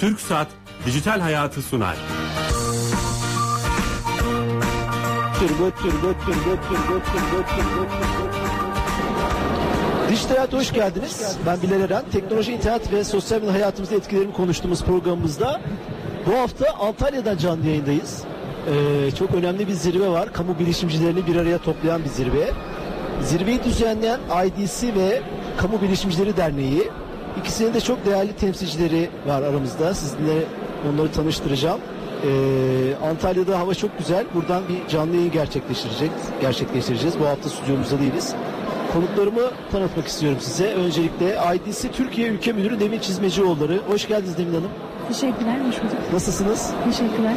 TürkSat Dijital Hayatı sunar. Dijital Hayat'a hoş geldiniz. Ben Bilal Eren. Teknoloji, internet ve sosyal medya hayatımızda etkilerini konuştuğumuz programımızda bu hafta Antalya'dan canlı yayındayız. Çok önemli bir zirve var. Kamu bilişimcilerini bir araya toplayan bir zirve. Zirveyi düzenleyen IDC ve Kamu Bilişimcileri Derneği. İkisinin de çok değerli temsilcileri var aramızda. Sizinle onları tanıştıracağım. Antalya'da hava çok güzel. Buradan bir canlı yayın gerçekleştireceğiz. Bu hafta stüdyomuzda değiliz. Konuklarımı tanıtmak istiyorum size. Öncelikle IDC Türkiye Ülke Müdürü Nevin Çizmecioğulları. Hoş geldiniz Nevin Hanım. Teşekkürler, hoş bulduk. Nasılsınız? Teşekkürler.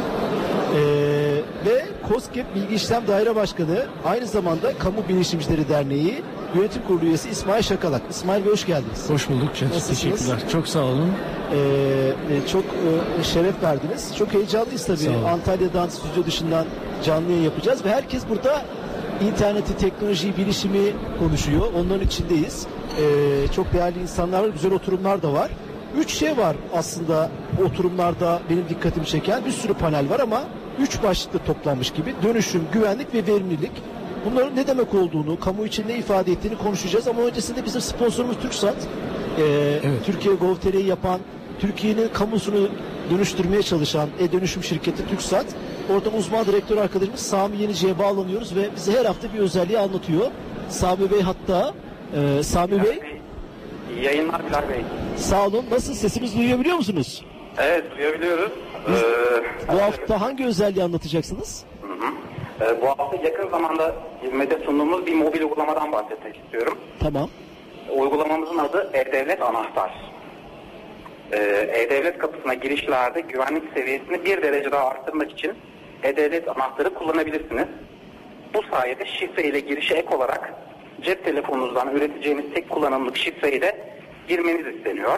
Ve KOSGEB Bilgi İşlem Daire Başkanı, aynı zamanda Kamu Bilişimcileri Derneği Yönetim Kurulu üyesi İsmail Şakalak. İsmail Bey hoş geldiniz. Hoş bulduk. Teşekkürler. Çok sağ olun. Çok şeref verdiniz. Çok heyecanlıyız tabii. Antalya'dan, stüdyo dışından canlı yayın yapacağız ve herkes burada interneti, teknolojiyi, bilişimi konuşuyor. Onların içindeyiz. Çok değerli insanlar var, güzel oturumlar da var. 3 şey var aslında oturumlarda benim dikkatimi çeken. Bir sürü panel var ama 3 başlıkta toplanmış gibi. Dönüşüm, güvenlik ve verimlilik. Bunların ne demek olduğunu, kamu için ne ifade ettiğini konuşacağız. Ama öncesinde bizim sponsorumuz TürkSat. Evet. Türkiye Gov.tr'yi yapan, Türkiye'nin kamusunu dönüştürmeye çalışan dönüşüm şirketi TürkSat. Oradan uzman direktör arkadaşımız Sami Yenici'ye bağlanıyoruz ve bize her hafta bir özelliği anlatıyor. Sami Bey hatta. Sami Bey. İyi yayınlar Bilal Bey. Sağ olun. Nasıl, sesimizi duyabiliyor musunuz? Evet, duyabiliyoruz. Bu hafta hangi özelliği anlatacaksınız? Bu hafta yakın zamanda hizmete sunduğumuz bir mobil uygulamadan bahsetmek istiyorum. Tamam. Uygulamamızın adı E-Devlet Anahtar. E-Devlet kapısına girişlerde güvenlik seviyesini bir derece daha arttırmak için E-Devlet anahtarı kullanabilirsiniz. Bu sayede şifre ile girişe ek olarak cep telefonunuzdan üreteceğiniz tek kullanımlık şifreyi de girmeniz isteniyor.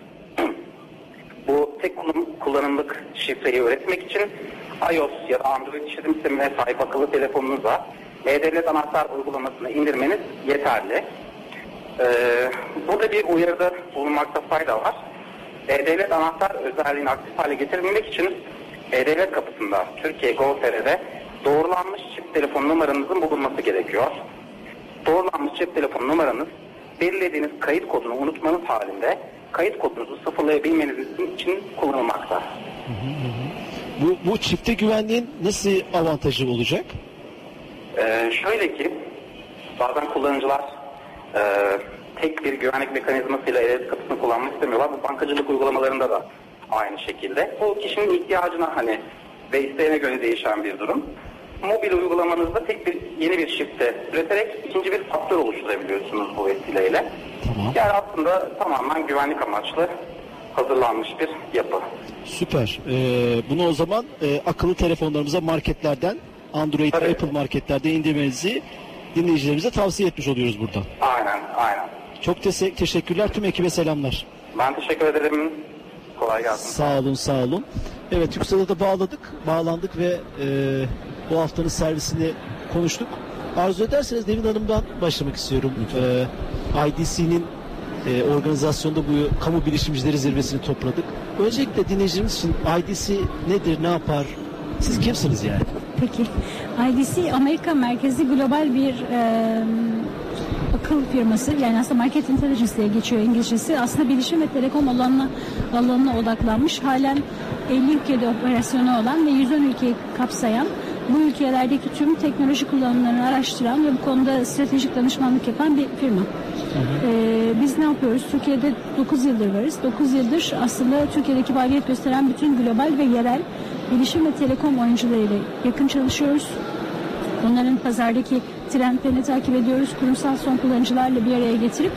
Bu tek kullanımlık şifreyi üretmek için iOS ya da Android işletim sistemine sahip akıllı telefonunuzla E-Devlet Anahtar uygulamasını indirmeniz yeterli. Burada bir uyarıda bulunmakta fayda var. E-Devlet Anahtar özelliğini aktif hale getirebilmek için E-Devlet kapısında Türkiye Gov.tr'de doğrulanmış cep telefon numaranızın bulunması gerekiyor. Doğrulanmış cep telefon numaranız belirlediğiniz kayıt kodunu unutmanız halinde kayıt kodunuzu sıfırlayabilmeniz için kullanılmakta. Bu çifte güvenliğin nasıl avantajı olacak? Şöyle ki bazen kullanıcılar tek bir güvenlik mekanizmasıyla E-Devlet kapısını kullanmak istemiyorlar. Bu bankacılık uygulamalarında da aynı şekilde. Bu kişinin ihtiyacına ve isteğine göre değişen bir durum. Mobil uygulamanızda yeni bir şifre üreterek ikinci bir faktör oluşturabiliyorsunuz bu vesileyle. Tamam. Yani aslında tamamen güvenlik amaçlı hazırlanmış bir yapı. Süper. Bunu o zaman akıllı telefonlarımıza marketlerden, Android ve Apple marketlerde indirmenizi dinleyicilerimize tavsiye etmiş oluyoruz buradan. Aynen. Çok teşekkürler. Tüm ekibe selamlar. Ben teşekkür ederim. Kolay gelsin. Sağ olun. Evet, TürkSat'a da bağlandık ve bu haftanın servisini konuştuk. Arzu ederseniz Nevin Hanım'dan başlamak istiyorum. IDC'nin organizasyonda bu kamu bilişimcileri zirvesini topladık. Öncelikle dinleyicilerimiz için IDC nedir, ne yapar? Siz kimsiniz yani? Peki. IDC Amerika merkezli global bir akıl firması. Yani aslında Market Intelligence diye geçiyor İngilizcesi. Aslında bilişim ve telekom alanına odaklanmış. Halen 50 ülkede operasyonu olan ve 110 ülkeyi kapsayan, bu ülkelerdeki tüm teknoloji kullanımlarını araştıran ve bu konuda stratejik danışmanlık yapan bir firma. Biz ne yapıyoruz? Türkiye'de 9 yıldır varız. 9 yıldır aslında Türkiye'deki faaliyet gösteren bütün global ve yerel bilişim ve telekom oyuncularıyla yakın çalışıyoruz. Onların pazardaki trendlerini takip ediyoruz. Kurumsal son kullanıcılarla bir araya getirip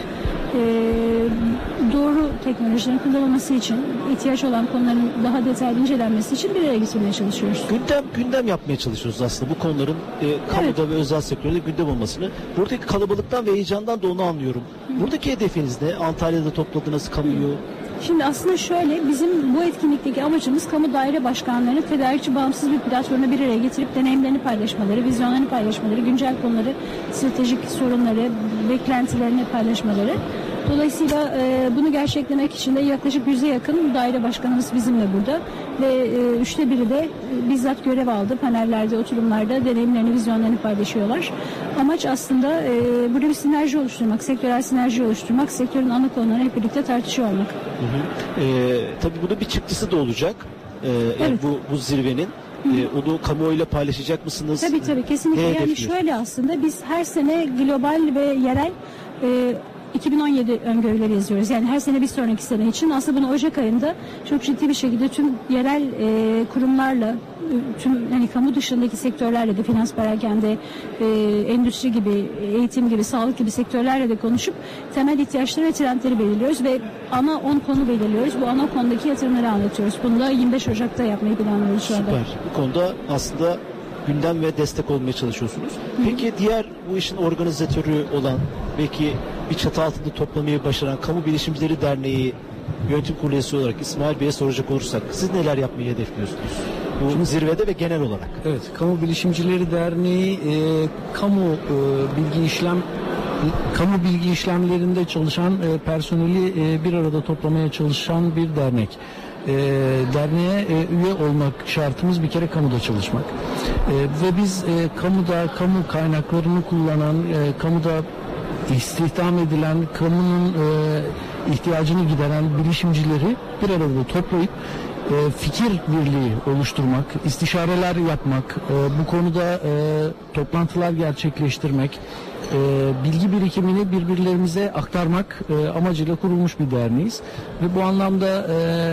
doğru teknolojilerin kullanılması için, ihtiyaç olan konuların daha detaylı incelenmesi için bir araya getirmeye çalışıyoruz. Gündem yapmaya çalışıyoruz aslında bu konuların kamuda ve özel sektörde gündem olmasını. Buradaki kalabalıktan ve heyecandan da onu anlıyorum. Buradaki hedefiniz ne? Antalya'da topladığınız kamuyu. Şimdi aslında şöyle, bizim bu etkinlikteki amacımız kamu daire başkanlarını tedarikçi bağımsız bir platforma bir araya getirip deneyimlerini paylaşmaları, vizyonlarını paylaşmaları, güncel konuları, stratejik sorunları, beklentilerini paylaşmaları. Dolayısıyla bunu gerçeklemek için de yaklaşık 100'e yakın daire başkanımız bizimle burada ve 3'te biri de bizzat görev aldı. Panellerde, oturumlarda deneyimlerini, vizyonlarını paylaşıyorlar. Amaç aslında burada bir sinerji oluşturmak, sektörel sinerji oluşturmak, sektörün ana konularını hep birlikte tartışıyor olmak. Tabii bunun bir çıktısı da olacak. Evet. Yani bu zirvenin. Onu kamuoyuyla paylaşacak mısınız? Tabii kesinlikle. Yani şöyle aslında biz her sene global ve yerel 2017 öngörüleri yazıyoruz. Yani her sene bir sonraki sene için. Aslında bunu Ocak ayında çok ciddi bir şekilde tüm yerel kurumlarla, tüm hani kamu dışındaki sektörlerle de, finans, perakende, endüstri gibi, eğitim gibi, sağlık gibi sektörlerle de konuşup temel ihtiyaçları ve trendleri belirliyoruz ve ana 10 konu belirliyoruz. Bu ana konudaki yatırımları anlatıyoruz. Bunu da 25 Ocak'ta yapmayı planlıyoruz şu anda. Süper. Bu konuda aslında gündem ve destek olmaya çalışıyorsunuz. Peki diğer bu işin organizatörü olan, belki bir çatı altında toplamayı başaran Kamu Bilişimcileri Derneği Yönetim Kurulu üyesi olarak İsmail Bey'e soracak olursak siz neler yapmayı hedefliyorsunuz? Bu zirvede ve genel olarak. Evet, Kamu Bilişimcileri Derneği kamu bilgi işlemlerinde çalışan personeli bir arada toplamaya çalışan bir dernek. Derneğe üye olmak şartımız bir kere kamuda çalışmak. Ve biz kamu kaynaklarını kullanan, kamuda istihdam edilen, kamunun ihtiyacını gideren bilişimcileri bir arada toplayıp fikir birliği oluşturmak, istişareler yapmak, bu konuda toplantılar gerçekleştirmek, bilgi birikimini birbirlerimize aktarmak amacıyla kurulmuş bir derneğiz. Ve bu anlamda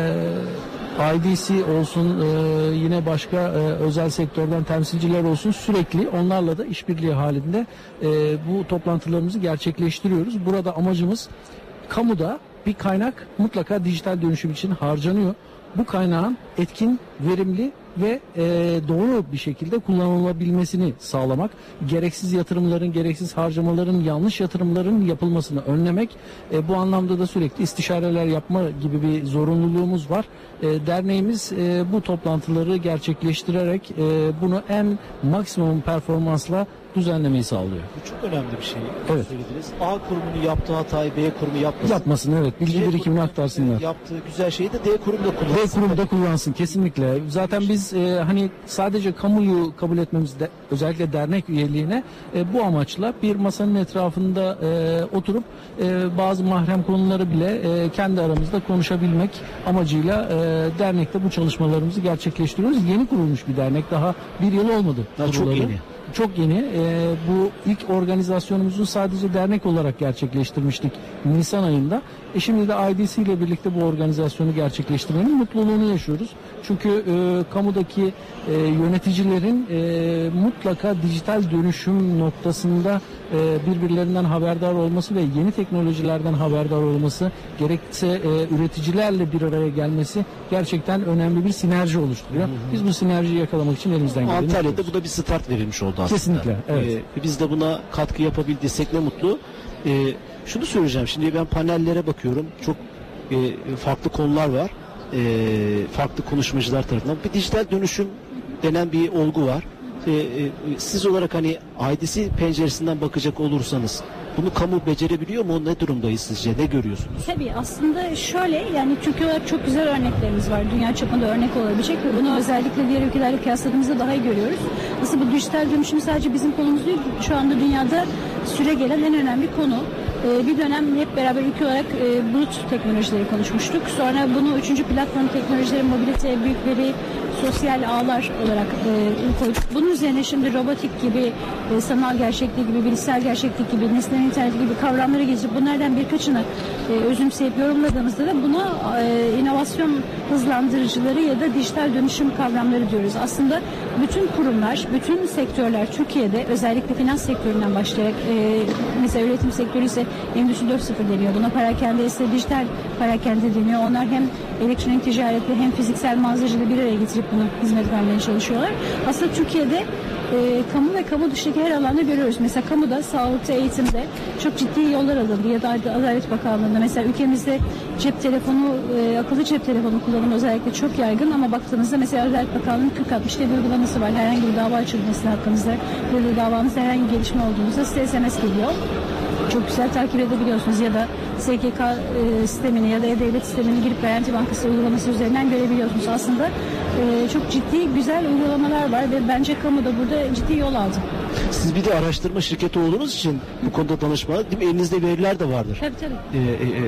IDC olsun, yine başka özel sektörden temsilciler olsun, sürekli onlarla da işbirliği halinde bu toplantılarımızı gerçekleştiriyoruz. Burada amacımız, kamuda bir kaynak mutlaka dijital dönüşüm için harcanıyor. Bu kaynağın etkin, verimli ve doğru bir şekilde kullanılabilmesini sağlamak, gereksiz yatırımların, gereksiz harcamaların, yanlış yatırımların yapılmasını önlemek, bu anlamda da sürekli istişareler yapma gibi bir zorunluluğumuz var. Derneğimiz bu toplantıları gerçekleştirerek bunu en maksimum performansla düzenlemeyi sağlıyor. Bu çok önemli bir şey. Evet. Söylediniz. A kurumunun yaptığı hatayı B kurumu yapmasın. Yapmasın, evet. Bilgi birikimini aktarsınlar. Yaptığı güzel şeyi de D kurumu da kullansın. D kurumu da kullansın kesinlikle. Zaten biz hani sadece kamuyu kabul etmemizde, özellikle dernek üyeliğine bu amaçla bir masanın etrafında oturup bazı mahrem konuları bile kendi aramızda konuşabilmek amacıyla dernekte bu çalışmalarımızı gerçekleştiriyoruz. Yeni kurulmuş bir dernek, daha bir yıl olmadı. Daha çok yeni. Çok yeni. Bu ilk organizasyonumuzu sadece dernek olarak gerçekleştirmiştik Nisan ayında. Şimdi de IDC ile birlikte bu organizasyonu gerçekleştirmenin mutluluğunu yaşıyoruz. Çünkü kamudaki yöneticilerin mutlaka dijital dönüşüm noktasında birbirlerinden haberdar olması ve yeni teknolojilerden haberdar olması, gerekse üreticilerle bir araya gelmesi gerçekten önemli bir sinerji oluşturuyor. Biz bu sinerjiyi yakalamak için elimizden geleni Antalya'da yapıyoruz. bu da bir start verilmiş oldu aslında. Kesinlikle, evet. Biz de buna katkı yapabildiysek ne mutlu. Şunu söyleyeceğim, şimdi ben panellere bakıyorum, çok farklı konular var, farklı konuşmacılar tarafından. Bir dijital dönüşüm denen bir olgu var. Siz olarak hani IDC penceresinden bakacak olursanız bunu kamu becerebiliyor mu? Ne durumdayız sizce? Ne görüyorsunuz? Tabii aslında şöyle, yani Türkiye olarak çok güzel örneklerimiz var. Dünya çapında örnek olabilecek ve bunu özellikle diğer ülkelerle kıyasladığımızda daha iyi görüyoruz. Aslında bu dijital dönüşüm sadece bizim konumuz değil. Şu anda dünyada süre gelen en önemli konu. Bir dönem hep beraber ülke olarak bulut teknolojileri konuşmuştuk. Sonra bunu 3. platform teknolojileri, mobilite, büyük veri, sosyal ağlar olarak koyduk. Bunun üzerine şimdi robotik gibi, sanal gerçeklik gibi, bilişsel gerçeklik gibi, nesneler interneti gibi kavramları geçip bunlardan birkaçını özümseyip yorumladığımızda da buna inovasyon hızlandırıcıları ya da dijital dönüşüm kavramları diyoruz. Aslında bütün kurumlar, bütün sektörler Türkiye'de, özellikle finans sektöründen başlayarak, mesela üretim sektörü ise Endüstri 4.0 deniyor. Buna perakende ise dijital perakende deniyor. Onlar hem elektronik ticaretle hem fiziksel mağazacılığı bir araya getirip bunu hizmet vermeye çalışıyorlar. Aslında Türkiye'de kamu ve kamu dışındaki her alanda görüyoruz. Mesela kamuda, sağlıkta, eğitimde çok ciddi yollar alındı ya da Adalet Bakanlığı'nda. Mesela ülkemizde cep telefonu, akıllı cep telefonu kullanımı özellikle çok yaygın ama baktığınızda mesela Adalet Bakanlığı'nın 40-60 diye bir uygulaması var. Herhangi bir dava açılması hakkınızda ya da davanızda herhangi bir gelişme olduğunuzda size SMS geliyor. Çok güzel takip edebiliyorsunuz ya da SGK sistemini ya da E-Devlet sistemini girip Garanti Bankası uygulaması üzerinden görebiliyorsunuz. Aslında çok ciddi güzel uygulamalar var ve bence kamu da burada ciddi yol aldı. Siz bir de araştırma şirketi olduğunuz için bu konuda danışma, değil mi? Elinizde veriler de vardır. Tabii.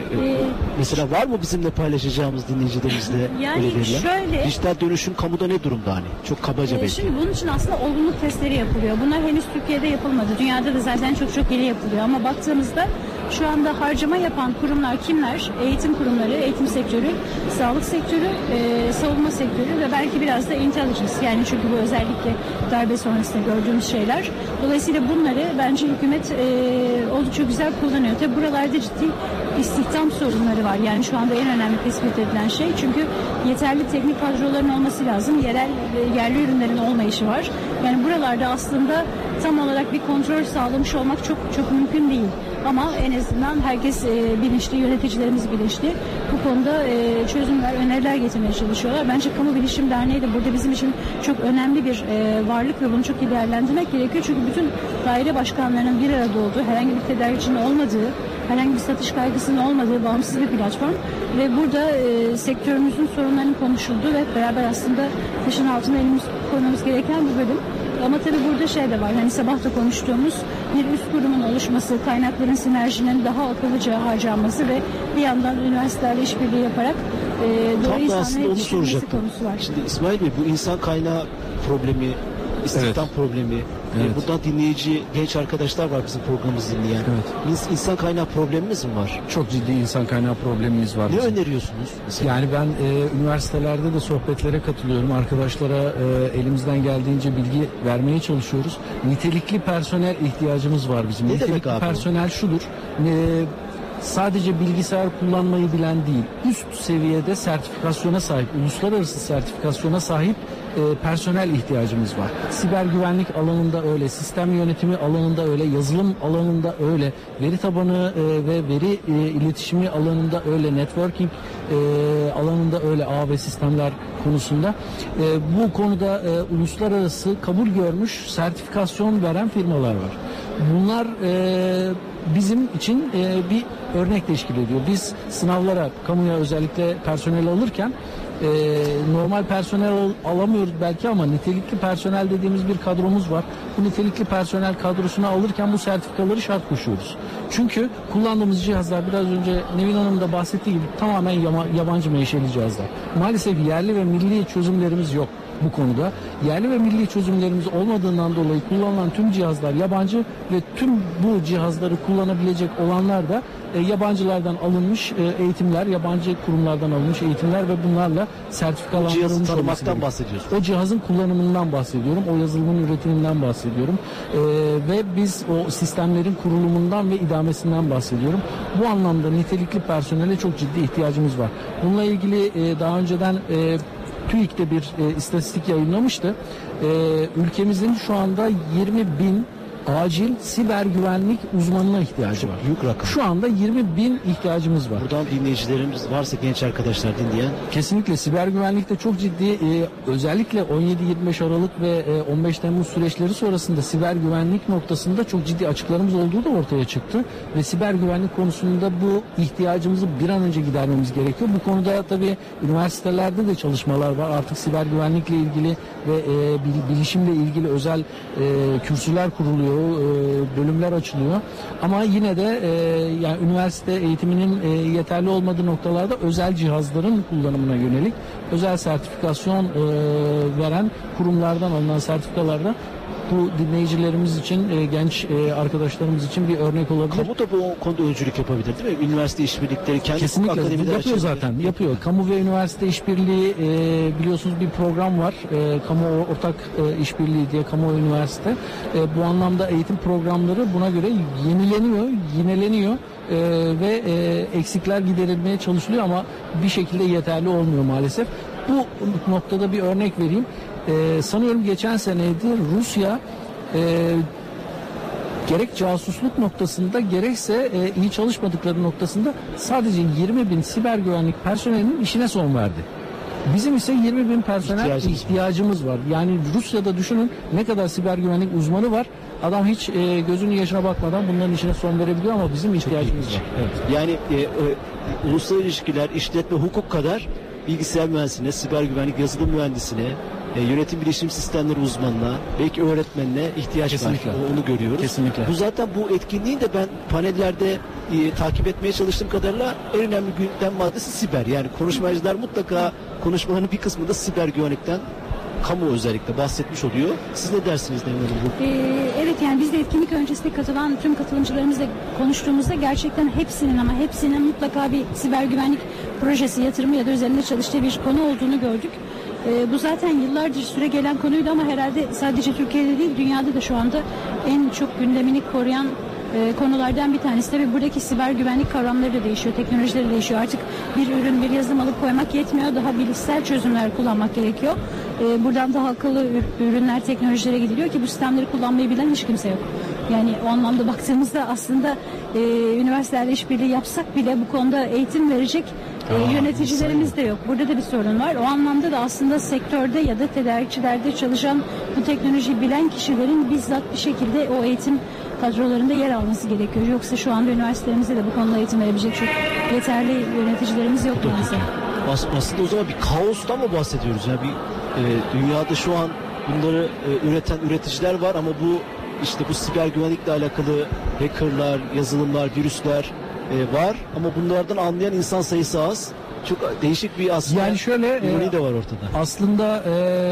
Mesela var mı bizimle paylaşacağımız dinleyicilerimizle Yani öyle veriler? şöyle- Dijital dönüşüm kamuda ne durumda hani? Çok kabaca belki. Şimdi bunun için aslında olgunluk testleri yapılıyor. Bunlar henüz Türkiye'de yapılmadı. Dünyada da zaten çok yeni yapılıyor. Ama baktığımızda şu anda harcama yapan kurumlar kimler? Eğitim kurumları, eğitim sektörü, sağlık sektörü, savunma sektörü ve belki biraz da intelligence. Yani çünkü bu özellikle darbe sonrasında gördüğümüz şeyler. Dolayısıyla bunları bence hükümet oldukça güzel kullanıyor. Tabi buralarda ciddi istihdam sorunları var. Yani şu anda en önemli tespit edilen şey. Çünkü yeterli teknik kadroların olması lazım. Yerli ürünlerin olmayışı var. Yani buralarda aslında tam olarak bir kontrol sağlamış olmak çok mümkün değil. Ama en azından herkes bilinçli, yöneticilerimiz bilinçli. Bu konuda çözümler, öneriler getirmeye çalışıyorlar. Bence Kamu Bilişim Derneği de burada bizim için çok önemli bir varlık ve bunu çok iyi değerlendirmek gerekiyor. Çünkü bütün daire başkanlarının bir arada olduğu, herhangi bir tedarikçinin olmadığı, herhangi bir satış kaygısının olmadığı bağımsız bir platform. Ve burada sektörümüzün sorunlarının konuşulduğu ve beraber aslında taşın altına elimiz koymamız gereken bir bölüm. Ama tabii burada şey de var, hani sabah da konuştuğumuz bir üst kurumun oluşması, kaynakların sinerjinin daha akıllıca harcanması ve bir yandan üniversitelerle işbirliği yaparak doğru Tam da aslında insanlara onu yetiştirilmesi soracaktım. konusu var. Şimdi İsmail Bey, bu insan kaynağı problemi, istihdam problemi, Evet. buradan dinleyici genç arkadaşlar var bizim programımızı dinleyen. Evet. İnsan kaynağı problemimiz mi var? Çok ciddi insan kaynağı problemimiz var. Ne bizim. öneriyorsunuz? Mesela? Yani ben üniversitelerde de sohbetlere katılıyorum. Arkadaşlara elimizden geldiğince bilgi vermeye çalışıyoruz. Nitelikli personel ihtiyacımız var bizim. Ne demek Nitelikli abi? personel şudur. Sadece bilgisayar kullanmayı bilen değil, üst seviyede sertifikasyona sahip, uluslararası sertifikasyona sahip personel ihtiyacımız var. Siber güvenlik alanında öyle, sistem yönetimi alanında öyle, yazılım alanında öyle, veri tabanı ve veri iletişimi alanında öyle, networking alanında öyle, ağ ve sistemler konusunda. Bu konuda uluslararası kabul görmüş sertifikasyon veren firmalar var. Bunlar bizim için bir örnek teşkil ediyor. Biz sınavlara, kamuya özellikle personel alırken normal personel alamıyoruz belki ama nitelikli personel dediğimiz bir kadromuz var. Bu nitelikli personel kadrosunu alırken bu sertifikaları şart koşuyoruz. Çünkü kullandığımız cihazlar biraz önce Nevin Hanım da bahsettiği gibi tamamen yabancı menşeli cihazlar. Maalesef yerli ve milli çözümlerimiz yok bu konuda. Yerli ve milli çözümlerimiz olmadığından dolayı kullanılan tüm cihazlar yabancı ve tüm bu cihazları kullanabilecek olanlar da yabancılardan alınmış eğitimler, yabancı kurumlardan alınmış eğitimler ve bunlarla sertifikalandırılmış Cihazı olması tanımaktan gerekiyor. bahsediyorsun. O cihazın kullanımından bahsediyorum. O yazılımın üretiminden bahsediyorum. Ve biz o sistemlerin kurulumundan ve idamesinden bahsediyorum. Bu anlamda nitelikli personele çok ciddi ihtiyacımız var. Bununla ilgili daha önceden TÜİK'te bir istatistik yayınlamıştı. Ülkemizin şu anda 20.000 acil siber güvenlik uzmanına ihtiyacı var. Büyük rakam. Şu anda 20.000 ihtiyacımız var. Buradan dinleyicilerimiz varsa, genç arkadaşlar dinleyen, Kesinlikle siber güvenlikte çok ciddi özellikle 17-25 Aralık ve 15 Temmuz süreçleri sonrasında siber güvenlik noktasında çok ciddi açıklarımız olduğu da ortaya çıktı ve siber güvenlik konusunda bu ihtiyacımızı bir an önce gidermemiz gerekiyor. Bu konuda tabii üniversitelerde de çalışmalar var. Artık siber güvenlikle ilgili ve bilişimle ilgili özel kürsüler kuruluyor, bölümler açılıyor. Ama yine de yani üniversite eğitiminin yeterli olmadığı noktalarda özel cihazların kullanımına yönelik özel sertifikasyon veren kurumlardan alınan sertifikalarda bu dinleyicilerimiz için, genç arkadaşlarımız için bir örnek olabilir. kamu da bu konuda öncülük yapabilir değil mi? Üniversite işbirlikleri, kendi Kesinlikle akademiler yapıyor açabilir. zaten, yapıyor. Kamu ve üniversite işbirliği biliyorsunuz bir program var. Kamu ortak işbirliği diye, kamu ve üniversite. Bu anlamda eğitim programları buna göre yineleniyor ve eksikler giderilmeye çalışılıyor ama bir şekilde yeterli olmuyor maalesef. Bu noktada bir örnek vereyim. Sanıyorum geçen seneydi Rusya gerek casusluk noktasında gerekse iyi çalışmadıkları noktasında sadece 20.000 siber güvenlik personelinin işine son verdi. Bizim ise 20.000 personel ihtiyacımız var. Yani Rusya'da düşünün ne kadar siber güvenlik uzmanı var. Adam hiç gözünün yaşına bakmadan bunların işine son verebiliyor ama bizim ihtiyacımız var. Evet. Yani uluslararası ilişkiler, işletme, hukuk kadar bilgisayar mühendisine, siber güvenlik, yazılım mühendisine, yönetim bilişim sistemleri uzmanına, belki öğretmenine ihtiyaç Kesinlikle var. Onu görüyoruz. Kesinlikle. Bu zaten bu etkinliğin de ben panellerde takip etmeye çalıştığım kadarıyla en önemli gündem maddesi siber. Yani konuşmacılar mutlaka konuşmalarının bir kısmında siber güvenlikten, kamu özellikle bahsetmiş oluyor. Siz ne dersiniz Nevin Hanım? Evet, yani biz de etkinlik öncesinde katılan tüm katılımcılarımızla konuştuğumuzda gerçekten hepsinin mutlaka bir siber güvenlik projesi, yatırımı ya da üzerinde çalıştığı bir konu olduğunu gördük. Bu zaten yıllardır süre gelen konuydu ama herhalde sadece Türkiye'de değil, dünyada da şu anda en çok gündemini koruyan konulardan bir tanesi. Tabii buradaki siber güvenlik kavramları da değişiyor, teknolojileri değişiyor. Artık bir ürün, bir yazılım alıp koymak yetmiyor. Daha bilişsel çözümler kullanmak gerekiyor. Buradan daha akıllı ürünler, teknolojilere gidiliyor ki bu sistemleri kullanmayı bilen hiç kimse yok. Yani o anlamda baktığımızda aslında üniversitelerle işbirliği yapsak bile bu konuda eğitim verecek yöneticilerimiz de yok. Burada da bir sorun var. O anlamda da aslında sektörde ya da tedarikçilerde çalışan bu teknolojiyi bilen kişilerin bizzat bir şekilde o eğitim kadrolarında yer alması gerekiyor. Yoksa şu anda üniversitelerimizde de bu konuda eğitim verebilecek çok yeterli yöneticilerimiz yok maalesef. Aslında o zaman bir kaostan mı bahsediyoruz? Yani dünyada şu an bunları üreten üreticiler var ama bu siber güvenlikle alakalı hackerlar, yazılımlar, virüsler var ama bunlardan anlayan insan sayısı az. Çok değişik bir aslında yani şöyle ironi de var ortada. Aslında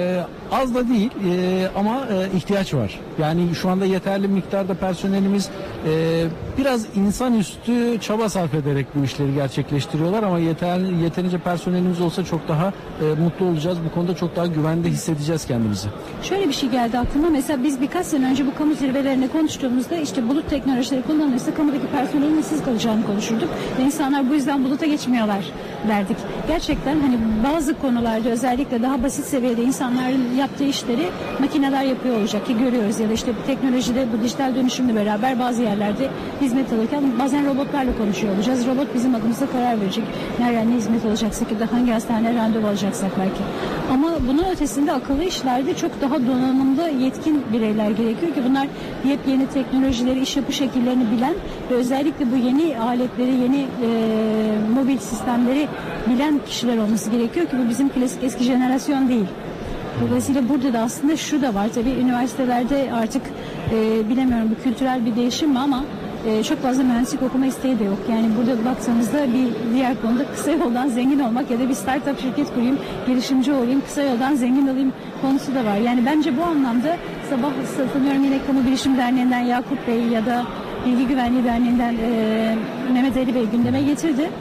az da değil ama ihtiyaç var. Yani şu anda yeterli miktarda personelimiz biraz insanüstü çaba sarf ederek bu işleri gerçekleştiriyorlar ama yeterince personelimiz olsa çok daha mutlu olacağız. Bu konuda çok daha güvende hissedeceğiz kendimizi. Şöyle bir şey geldi aklıma. Mesela biz birkaç sene önce bu kamu zirvelerinde konuştuğumuzda işte bulut teknolojileri kullanılırsa kamudaki personelin işsiz kalacağını konuşurduk. Ve insanlar bu yüzden buluta geçmiyorlar derdik. Gerçekten hani bazı konularda özellikle daha basit seviyede insanların yaptığı işleri makineler yapıyor olacak ki görüyoruz ya da işte teknolojide bu dijital dönüşümle beraber bazı yerlerde hizmet alırken bazen robotlarla konuşuyor olacağız. Robot bizim adımıza karar verecek. Nereden ne hizmet alacaksak ya da hangi hastaneye randevu alacaksak belki. Ama bunun ötesinde akıllı işlerde çok daha donanımlı yetkin bireyler gerekiyor ki bunlar yepyeni teknolojileri, iş yapı şekillerini bilen ve özellikle bu yeni aletleri, yeni mobil sistemleri bilen kişiler olması gerekiyor ki bu bizim klasik eski jenerasyon değil. Dolayısıyla burada da aslında şu da var tabii üniversitelerde artık bilemiyorum bu kültürel bir değişim mi ama çok fazla mühendislik okuma isteği de yok. Yani burada baktığımızda bir diğer konuda kısa yoldan zengin olmak ya da bir startup şirket kurayım, girişimci olayım, kısa yoldan zengin olayım konusu da var. Yani bence bu anlamda sabah sanıyorum yine Kamu Bilişim Derneği'nden Yakup Bey ya da Bilgi Güvenliği Derneği'nden Mehmet Ali Bey gündeme getirdi.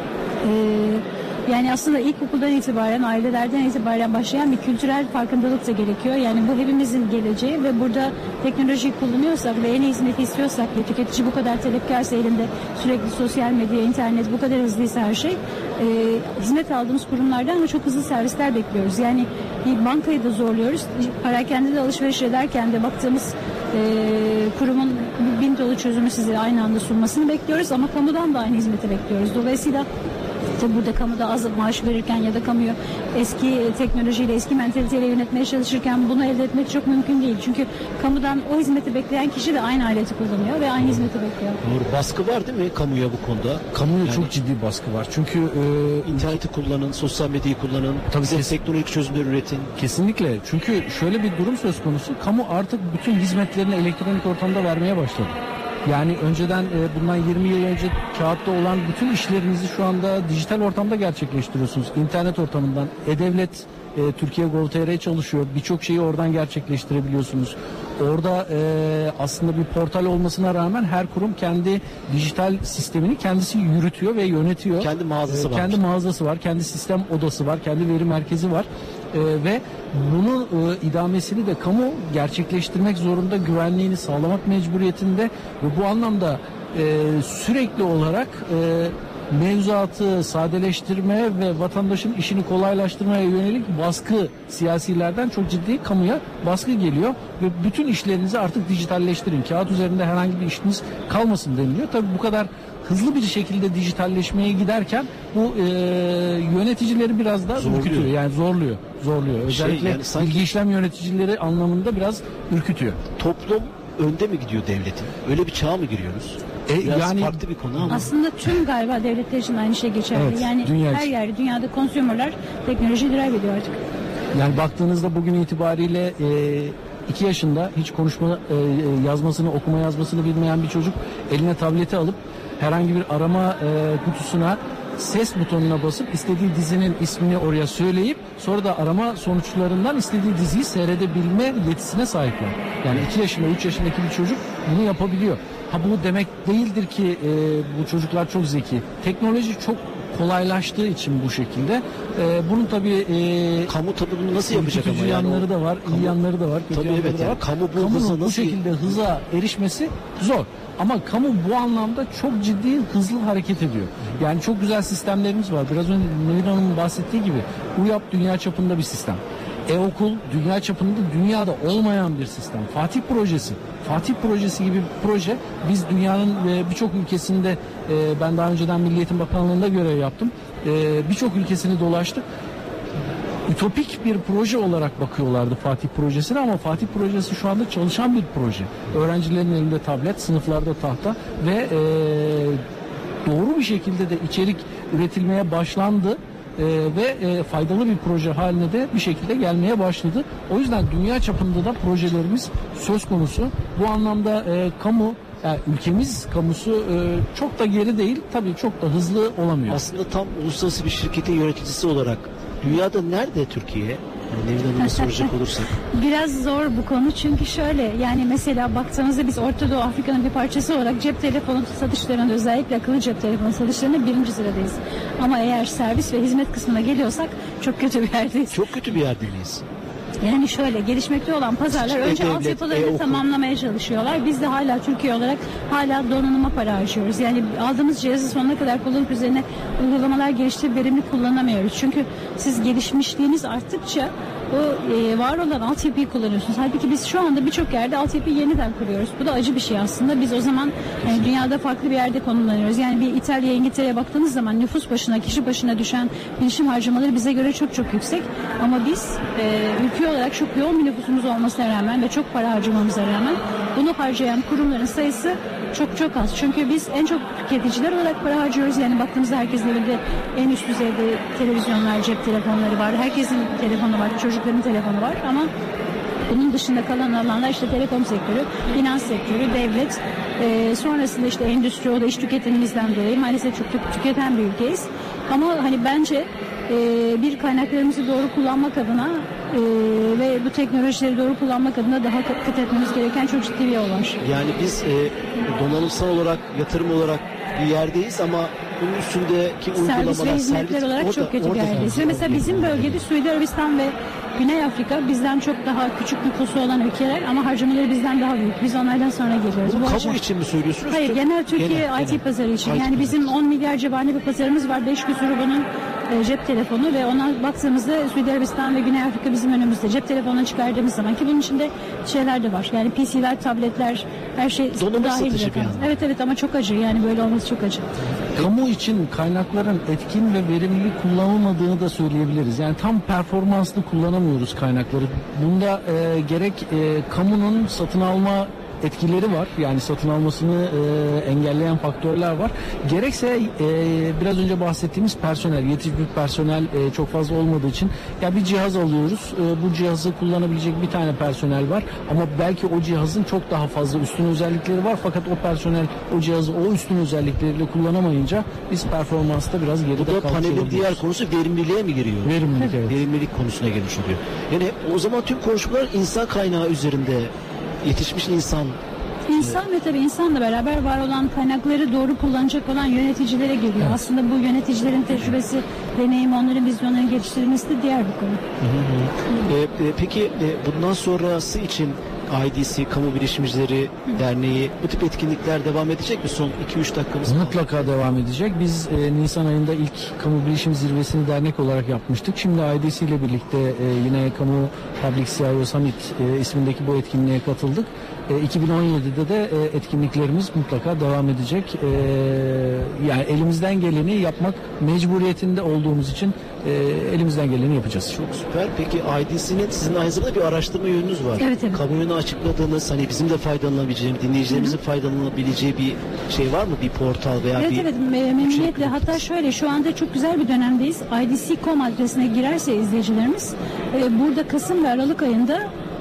Yani aslında ilkokuldan itibaren, ailelerden itibaren başlayan bir kültürel farkındalık da gerekiyor. Yani bu hepimizin geleceği ve burada teknolojiyi kullanıyorsak ve en hizmeti istiyorsak ve tüketici bu kadar talepkarsa elinde sürekli sosyal medya, internet bu kadar hızlıysa her şey hizmet aldığımız kurumlardan da çok hızlı servisler bekliyoruz. Yani bir bankayı da zorluyoruz. Perakende de alışveriş ederken de baktığımız kurumun bin dolu çözümü size aynı anda sunmasını bekliyoruz ama kamudan da aynı hizmeti bekliyoruz. Dolayısıyla tabi burada kamuda az maaş verirken ya da kamuyu eski teknolojiyle, eski mentaliteyle yönetmeye çalışırken bunu elde etmek çok mümkün değil. Çünkü kamudan o hizmeti bekleyen kişi de aynı aleti kullanıyor ve aynı hizmeti bekliyor. Doğru. Baskı var değil mi kamuya bu konuda? Kamuya çok ciddi baskı var. Çünkü interneti kullanın, sosyal medyayı kullanın, teknolojik çözümler üretin. Kesinlikle. Çünkü şöyle bir durum söz konusu. Kamu artık bütün hizmetlerini elektronik ortamda vermeye başladı. Yani önceden bundan 20 yıl önce kağıtta olan bütün işlerinizi şu anda dijital ortamda gerçekleştiriyorsunuz. İnternet ortamından. E-Devlet Türkiye Gov.tr çalışıyor. Birçok şeyi oradan gerçekleştirebiliyorsunuz. Orada aslında bir portal olmasına rağmen her kurum kendi dijital sistemini kendisi yürütüyor ve yönetiyor. Kendi mağazası var. Kendi mağazası var, kendi sistem odası var, kendi veri merkezi var. Ve bunun idamesini de kamu gerçekleştirmek zorunda, güvenliğini sağlamak mecburiyetinde ve bu anlamda sürekli olarak mevzuatı sadeleştirmeye ve vatandaşın işini kolaylaştırmaya yönelik baskı, siyasilerden çok ciddi kamuya baskı geliyor ve bütün işlerinizi artık dijitalleştirin. Kağıt üzerinde herhangi bir işiniz kalmasın deniliyor. Tabii bu kadar hızlı bir şekilde dijitalleşmeye giderken bu yöneticileri biraz da ürkütüyor. Yani zorluyor. Özellikle yani sanki bilgi işlem yöneticileri anlamında biraz ürkütüyor. toplum önde mi gidiyor devletin? Öyle bir çağa mı giriyoruz? Biraz yani farklı bir konu ama. Aslında tüm galiba devletler için aynı şey geçerli. Evet, yani dünya her için. yerde dünyada consumer'lar teknoloji drive ediyor artık. Yani baktığınızda bugün itibariyle 2 yaşında hiç konuşma yazmasını, okuma yazmasını bilmeyen bir çocuk eline tableti alıp herhangi bir arama kutusuna ses butonuna basıp istediği dizinin ismini oraya söyleyip sonra da arama sonuçlarından istediği diziyi seyredebilme yetisine sahipler. Yani 2 yaşında, 3 yaşındaki bir çocuk bunu yapabiliyor. Ha bu demek değildir ki bu çocuklar çok zeki. Teknoloji çok kolaylaştığı için bu şekilde. Bunun tabii Kamu tabii bunu nasıl yapacak ama kötü yani yanları da var, iyi yanları da var, kötü Tabii yanları evet, da yani var. kamu bu Kamunun hıza bu nasıl- şekilde hıza erişmesi zor. Ama kamu bu anlamda çok ciddi hızlı hareket ediyor. Yani çok güzel sistemlerimiz var. Biraz önce Nevin Hanım'ın bahsettiği gibi UYAP dünya çapında bir sistem. E-okul dünya çapında, dünyada olmayan bir sistem. Fatih projesi gibi bir proje. Biz dünyanın birçok ülkesinde, ben daha önceden Milli Eğitim Bakanlığı'nda görev yaptım. Birçok ülkesini dolaştık. Ütopik bir proje olarak bakıyorlardı Fatih projesine ama Fatih projesi şu anda çalışan bir proje. Öğrencilerin elinde tablet, sınıflarda tahta ve doğru bir şekilde de içerik üretilmeye başlandı. Ve faydalı bir proje haline de bir şekilde gelmeye başladı. O yüzden dünya çapında da projelerimiz söz konusu. Bu anlamda kamu, yani ülkemiz kamusu çok da geri değil. Tabii çok da hızlı olamıyor. Aslında tam uluslararası bir şirketin yöneticisi olarak dünyada nerede Türkiye? Yani Nevin Hanım'a soracak olursak. Biraz zor bu konu çünkü şöyle, yani mesela baktığınızda biz Orta Doğu Afrika'nın bir parçası olarak cep telefonu satışlarında, özellikle akıllı cep telefonu satışlarında 1. sıradayız. Ama eğer servis ve hizmet kısmına geliyorsak çok kötü bir yerdeyiz. Çok kötü bir yerde miyiz? Yani şöyle, gelişmekte olan pazarlar önce E-devlet, altyapılarını e-okul. tamamlamaya çalışıyorlar. Biz de hala Türkiye olarak hala donanıma para harcıyoruz. Yani aldığımız cihazı sonuna kadar kullanıp üzerine uygulamalar geliştirip verimli kullanamıyoruz. Çünkü siz gelişmişliğiniz arttıkça o var olan altyapıyı kullanıyorsunuz. Halbuki biz şu anda birçok yerde altyapıyı yeniden kuruyoruz. Bu da acı bir şey aslında. Biz o zaman dünyada farklı bir yerde konumlanıyoruz. Yani bir İtalya, İngiltere'ye baktığınız zaman nüfus başına, kişi başına düşen bilişim harcamaları bize göre çok çok yüksek. Ama biz ülke olarak çok yoğun bir nüfusumuz olmasına rağmen ve çok para harcamamıza rağmen bunu harcayan kurumların sayısı çok çok az. Çünkü biz en çok tüketiciler olarak para harcıyoruz. Yani baktığımızda herkesin evinde en üst düzeyde televizyonlar, cep telefonları var. Herkesin telefonu var, çocukların telefonu var ama bunun dışında kalan alanlar işte telekom sektörü, finans sektörü, devlet, sonrasında işte endüstri, o da iş tüketimimizden dolayı maalesef çok tüketen bir ülkeyiz. Ama hani bence bir kaynaklarımızı doğru kullanmak adına ve bu teknolojileri doğru kullanmak adına daha dikkat etmemiz gereken çok ciddi bir yol var. Yani biz donanımsal olarak, yatırım olarak bir yerdeyiz ama bunun üstündeki uygulamalar, Servis ve hizmetler olarak çok kötü bir yerdeyiz. Ve mesela bizim bölgede Suudi Arabistan ve Güney Afrika bizden çok daha küçük nüfusu olan ülkeler ama harcamaları bizden daha büyük. Biz onlardan sonra geliyoruz. Bunu Bu kamu açıdan- için mi söylüyorsunuz? Hayır, genel Türkiye Genel. IT pazarı için. IT Yani pazarı bizim için. 10 milyar civarında bir pazarımız var. 5 küsuru bunun cep telefonu ve ona baktığımızda Suudi Arabistan ve Güney Afrika bizim önümüzde. Cep telefonunu çıkardığımız zaman ki bunun içinde şeyler de var. Yani PC'ler, tabletler, her şey Donanım dahil satışı zaten. bir yandan. Evet ama çok acı. Yani böyle olması çok acı. Kamu için kaynakların etkin ve verimli kullanılmadığını da söyleyebiliriz. Yani tam performanslı kullanamıyoruz kaynakları. Bunda gerek kamunun satın alma etkileri var. Yani satın almasını engelleyen faktörler var. Gerekse biraz önce bahsettiğimiz personel, yetişmiş personel çok fazla olmadığı için ya bir cihaz alıyoruz. Bu cihazı kullanabilecek bir tane personel var. Ama belki o cihazın çok daha fazla üstün özellikleri var. Fakat o personel o cihazı o üstün özellikleriyle kullanamayınca biz performansta biraz geride Bu da kalmış panelin olabiliriz. diğer konusu verimliliğe mi giriyor? Verimlilik, evet. Verimlilik konusuna gelmiş oluyor. Yani o zaman tüm konuşmalar insan kaynağı üzerinde, yetişmiş insan. İnsan ve tabii insanla beraber var olan kaynakları doğru kullanacak olan yöneticilere geliyor. Aslında bu yöneticilerin tecrübesi, deneyim, onların vizyonlarını geliştirilmesi de diğer bir konu. Peki bundan sonrası için IDC Kamu Bilişimcileri Derneği bu tip etkinlikler devam edecek mi? Son 2-3 dakikamız kaldı. Mutlaka devam edecek. Biz Nisan ayında ilk Kamu Bilişim Zirvesi'ni dernek olarak yapmıştık. Şimdi IDC ile birlikte yine Kamu Public CIO Summit ismindeki bu etkinliğe katıldık. 2017'de de etkinliklerimiz mutlaka devam edecek. Yani elimizden geleni yapmak mecburiyetinde olduğumuz için elimizden geleni yapacağız. Çok süper. Peki IDC'nin sizin aynı zamanda bir araştırma yönünüz var. Evet. Kamuoyuna açıkladığınız, hani bizim de faydalanabileceğimiz, dinleyicilerimizin faydalanabileceği bir şey var mı? Bir portal veya bir... Evet, memnuniyetle. Hatta şöyle, şu anda çok güzel bir dönemdeyiz. IDC.com adresine girerse izleyicilerimiz, burada Kasım ve Aralık ayında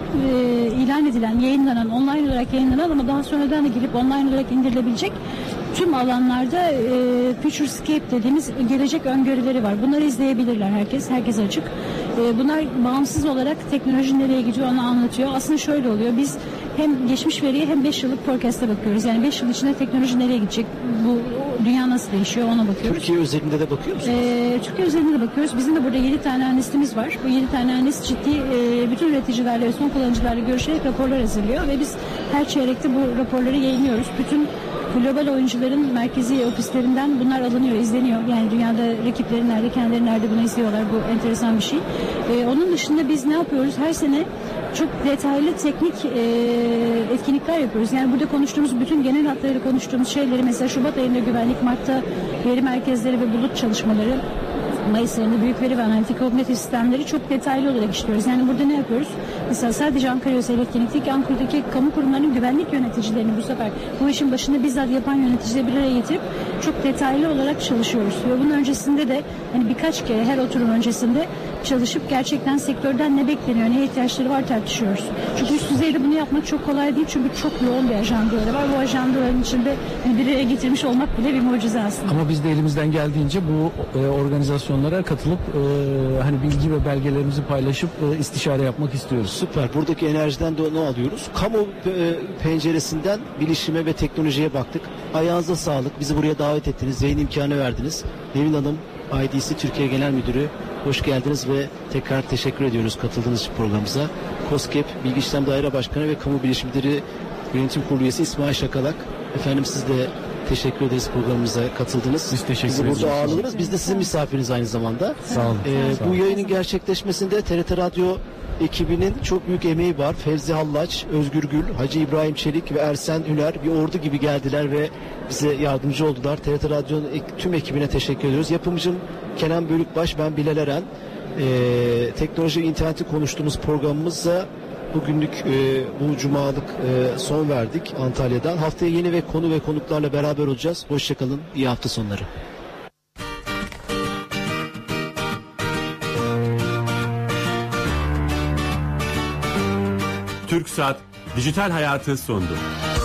ilan edilen, yayınlanan, online olarak yayınlanan ama daha sonradan da girip online olarak indirilebilecek tüm alanlarda Futurescape dediğimiz gelecek öngörüleri var. Bunları izleyebilirler herkes açık. Bunlar bağımsız olarak teknoloji nereye gidiyor onu anlatıyor. Aslında şöyle oluyor, biz hem geçmiş veriye hem 5 yıllık forecast'a bakıyoruz. Yani 5 yıl içinde teknoloji nereye gidecek, bu dünya nasıl değişiyor ona bakıyoruz. Türkiye özelinde de bakıyor musunuz? Türkiye özelinde de bakıyoruz. Bizim de burada 7 tane analistimiz var. Bu 7 tane analist ciddi bütün üreticilerle ve son kullanıcılarla görüşerek raporlar hazırlıyor ve biz her çeyrekte bu raporları yayınlıyoruz. Bütün global oyuncuların merkezi ofislerinden bunlar alınıyor, izleniyor. Yani dünyada rakipleri nerede, kendileri nerede bunu izliyorlar. Bu enteresan bir şey. Onun dışında biz ne yapıyoruz? Her sene çok detaylı teknik etkinlikler yapıyoruz. Yani burada konuştuğumuz bütün genel hatlarıyla konuştuğumuz şeyleri, mesela Şubat ayında güvenlik, Mart'ta veri merkezleri ve bulut çalışmaları, Mayıs ayında büyük veri ve analitik kognitif sistemleri çok detaylı olarak işliyoruz. Yani burada ne yapıyoruz? Mesela sadece Ankara özel etkinlikteki Ankara'daki kamu kurumlarının güvenlik yöneticilerini bu sefer bu işin başında bizzat yapan yöneticileri bir araya getirip çok detaylı olarak çalışıyoruz. Ve bunun öncesinde de hani birkaç kere her oturum öncesinde çalışıp gerçekten sektörden ne bekleniyor, ne ihtiyaçları var tartışıyoruz. Çünkü üst düzeyde bunu yapmak çok kolay değil çünkü çok yoğun bir ajandaları var. Bu ajandaların içinde bir araya getirmiş olmak bile bir mucize aslında. Ama biz de elimizden geldiğince bu organizasyonlara katılıp hani bilgi ve belgelerimizi paylaşıp istişare yapmak istiyoruz. Süper. Buradaki enerjiden de ne alıyoruz? Kamu penceresinden bilişime ve teknolojiye baktık. Ayağınıza sağlık. Bizi buraya davet ettiniz. Yayın imkanı verdiniz. Nevin Hanım, IDC Türkiye Genel Müdürü, hoş geldiniz ve tekrar teşekkür ediyoruz katıldığınız için programımıza. COSGAP Bilgi İşlem Daire Başkanı ve Kamu Bilişimleri Yönetim Kurulu Üyesi İsmail Şakalak. Efendim siz de teşekkür ederiz, programımıza katıldınız. Biz teşekkür ederiz. Bizi burada ağırladınız. Biz de sizin misafiriniz aynı zamanda. Sağ olun. Bu yayının gerçekleşmesinde TRT Radyo ekibinin çok büyük emeği var. Fevzi Hallaç, Özgür Gül, Hacı İbrahim Çelik ve Ersen Üner bir ordu gibi geldiler ve bize yardımcı oldular. TRT Radyo'nun tüm ekibine teşekkür ediyoruz. Yapımcım Kenan Bölükbaş, ben Bilal Eren. Teknoloji ve interneti konuştuğumuz programımızda bugünlük bu cumalık son verdik Antalya'dan. Haftaya yeni ve konu ve konuklarla beraber olacağız. Hoşçakalın, iyi hafta sonları. TürkSat Dijital Hayatı sundu.